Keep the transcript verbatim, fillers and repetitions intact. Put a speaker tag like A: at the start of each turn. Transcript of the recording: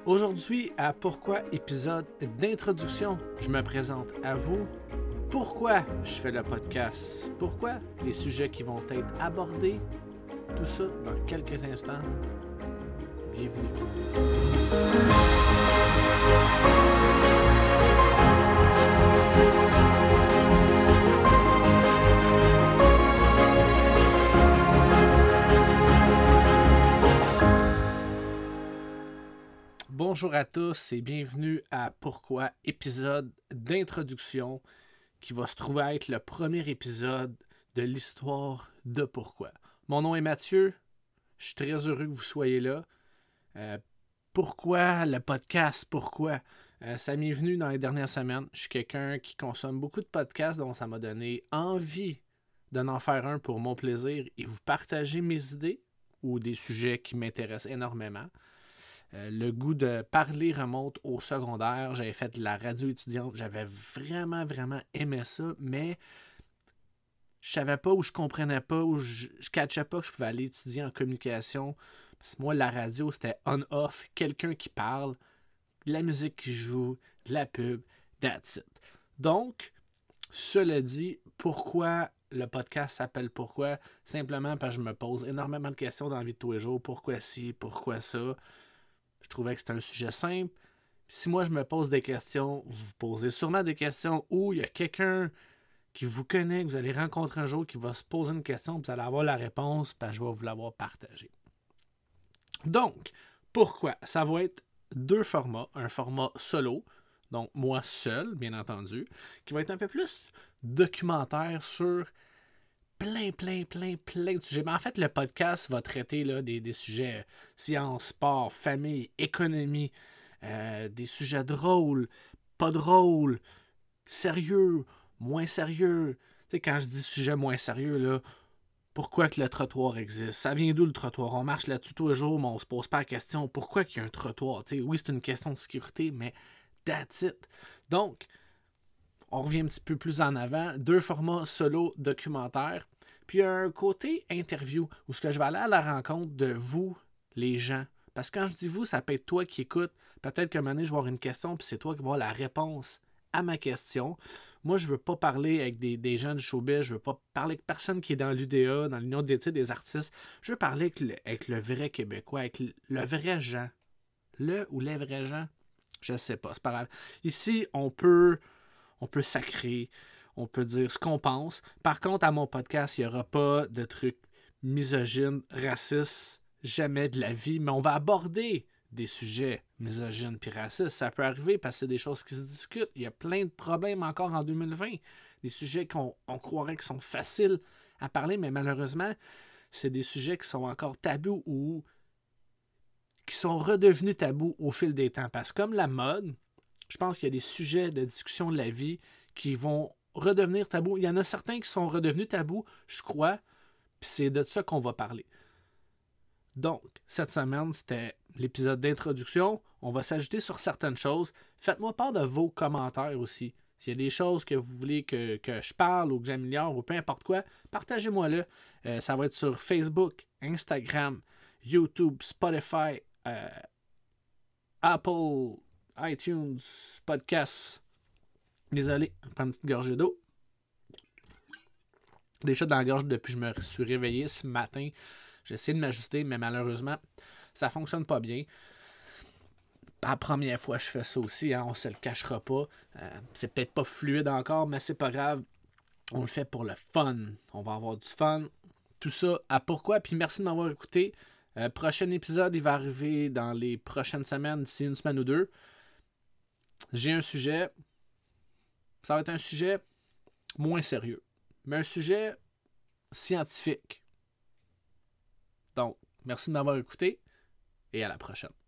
A: Aujourd'hui, à Pourquoi épisode d'introduction, je me présente à vous. Pourquoi je fais le podcast? Pourquoi les sujets qui vont être abordés? Tout ça dans quelques instants. Bienvenue. Bonjour à tous et bienvenue à Pourquoi, épisode d'introduction qui va se trouver à être le premier épisode de l'histoire de Pourquoi. Mon nom est Mathieu, je suis très heureux que vous soyez là. Euh, pourquoi le podcast? Pourquoi? Euh, ça m'est venu dans les dernières semaines. Je suis quelqu'un qui consomme beaucoup de podcasts, donc ça m'a donné envie d'en faire un pour mon plaisir et vous partager mes idées ou des sujets qui m'intéressent énormément. Euh, le goût de parler remonte au secondaire. J'avais fait de la radio étudiante. J'avais vraiment, vraiment aimé ça, mais je savais pas ou je comprenais pas ou je, je catchais pas que je pouvais aller étudier en communication. Parce que moi, la radio, c'était on-off. Quelqu'un qui parle, de la musique qui joue, de la pub, that's it. Donc, cela dit, pourquoi le podcast s'appelle Pourquoi? Simplement parce que je me pose énormément de questions dans la vie de tous les jours. Pourquoi ci? Pourquoi ça? Je trouvais que c'était un sujet simple. Si moi je me pose des questions, vous vous posez sûrement des questions où il y a quelqu'un qui vous connaît, que vous allez rencontrer un jour, qui va se poser une question, puis vous allez avoir la réponse, puis je vais vous l'avoir partagée. Donc, pourquoi? Ça va être deux formats. Un format solo, donc moi seul, bien entendu, qui va être un peu plus documentaire sur plein, plein, plein, plein de sujets. Mais en fait, le podcast va traiter là, des, des sujets euh, sciences, sport, famille, économie, euh, des sujets drôles, pas drôles, sérieux, moins sérieux. Tu sais, quand je dis sujet moins sérieux, là, pourquoi que le trottoir existe? Ça vient d'où le trottoir? On marche là-dessus tous les jours, mais on se pose pas la question pourquoi qu'il y a un trottoir. Tu sais, oui, c'est une question de sécurité, mais that's it. Donc, on revient un petit peu plus en avant. Deux formats solo documentaires. Puis un côté interview où ce que je vais aller à la rencontre de vous, les gens. Parce que quand je dis vous, ça peut être toi qui écoutes. Peut-être qu'à un moment donné, je vais avoir une question, puis c'est toi qui vas avoir la réponse à ma question. Moi, je ne veux pas parler avec des, des gens du showbiz. Je ne veux pas parler avec personne qui est dans l'U D A, dans l'Union d'études des artistes. Je veux parler avec le, avec le vrai Québécois, avec le, le vrai gens. Le ou les vrais gens? Je ne sais pas, c'est pas grave. Ici, on peut... On peut sacrer, on peut dire ce qu'on pense. Par contre, à mon podcast, il n'y aura pas de trucs misogynes, racistes, jamais de la vie, mais on va aborder des sujets misogynes puis racistes. Ça peut arriver parce que c'est des choses qui se discutent. Il y a plein de problèmes encore en deux mille vingt. Des sujets qu'on on croirait qui sont faciles à parler, mais malheureusement, c'est des sujets qui sont encore tabous ou qui sont redevenus tabous au fil des temps. Parce que comme la mode, je pense qu'il y a des sujets de discussion de la vie qui vont redevenir tabous. Il y en a certains qui sont redevenus tabous, je crois, puis c'est de ça qu'on va parler. Donc, cette semaine, c'était l'épisode d'introduction. On va s'ajouter sur certaines choses. Faites-moi part de vos commentaires aussi. S'il y a des choses que vous voulez que, que je parle ou que j'améliore ou peu importe quoi, partagez-moi-le. Euh, ça va être sur Facebook, Instagram, YouTube, Spotify, euh, Apple, iTunes, podcast. Désolé, je prends une petite gorgée d'eau. Des chats dans la gorge depuis que je me suis réveillé ce matin. J'ai essayé de m'ajuster, mais malheureusement, ça fonctionne pas bien. La première fois que je fais ça aussi, hein, on se le cachera pas. Euh, c'est peut-être pas fluide encore, mais c'est pas grave. On le fait pour le fun. On va avoir du fun. Tout ça à pourquoi. Puis merci de m'avoir écouté. Euh, prochain épisode, il va arriver dans les prochaines semaines, d'ici une semaine ou deux. J'ai un sujet, ça va être un sujet moins sérieux, mais un sujet scientifique. Donc, merci de m'avoir écouté et à la prochaine.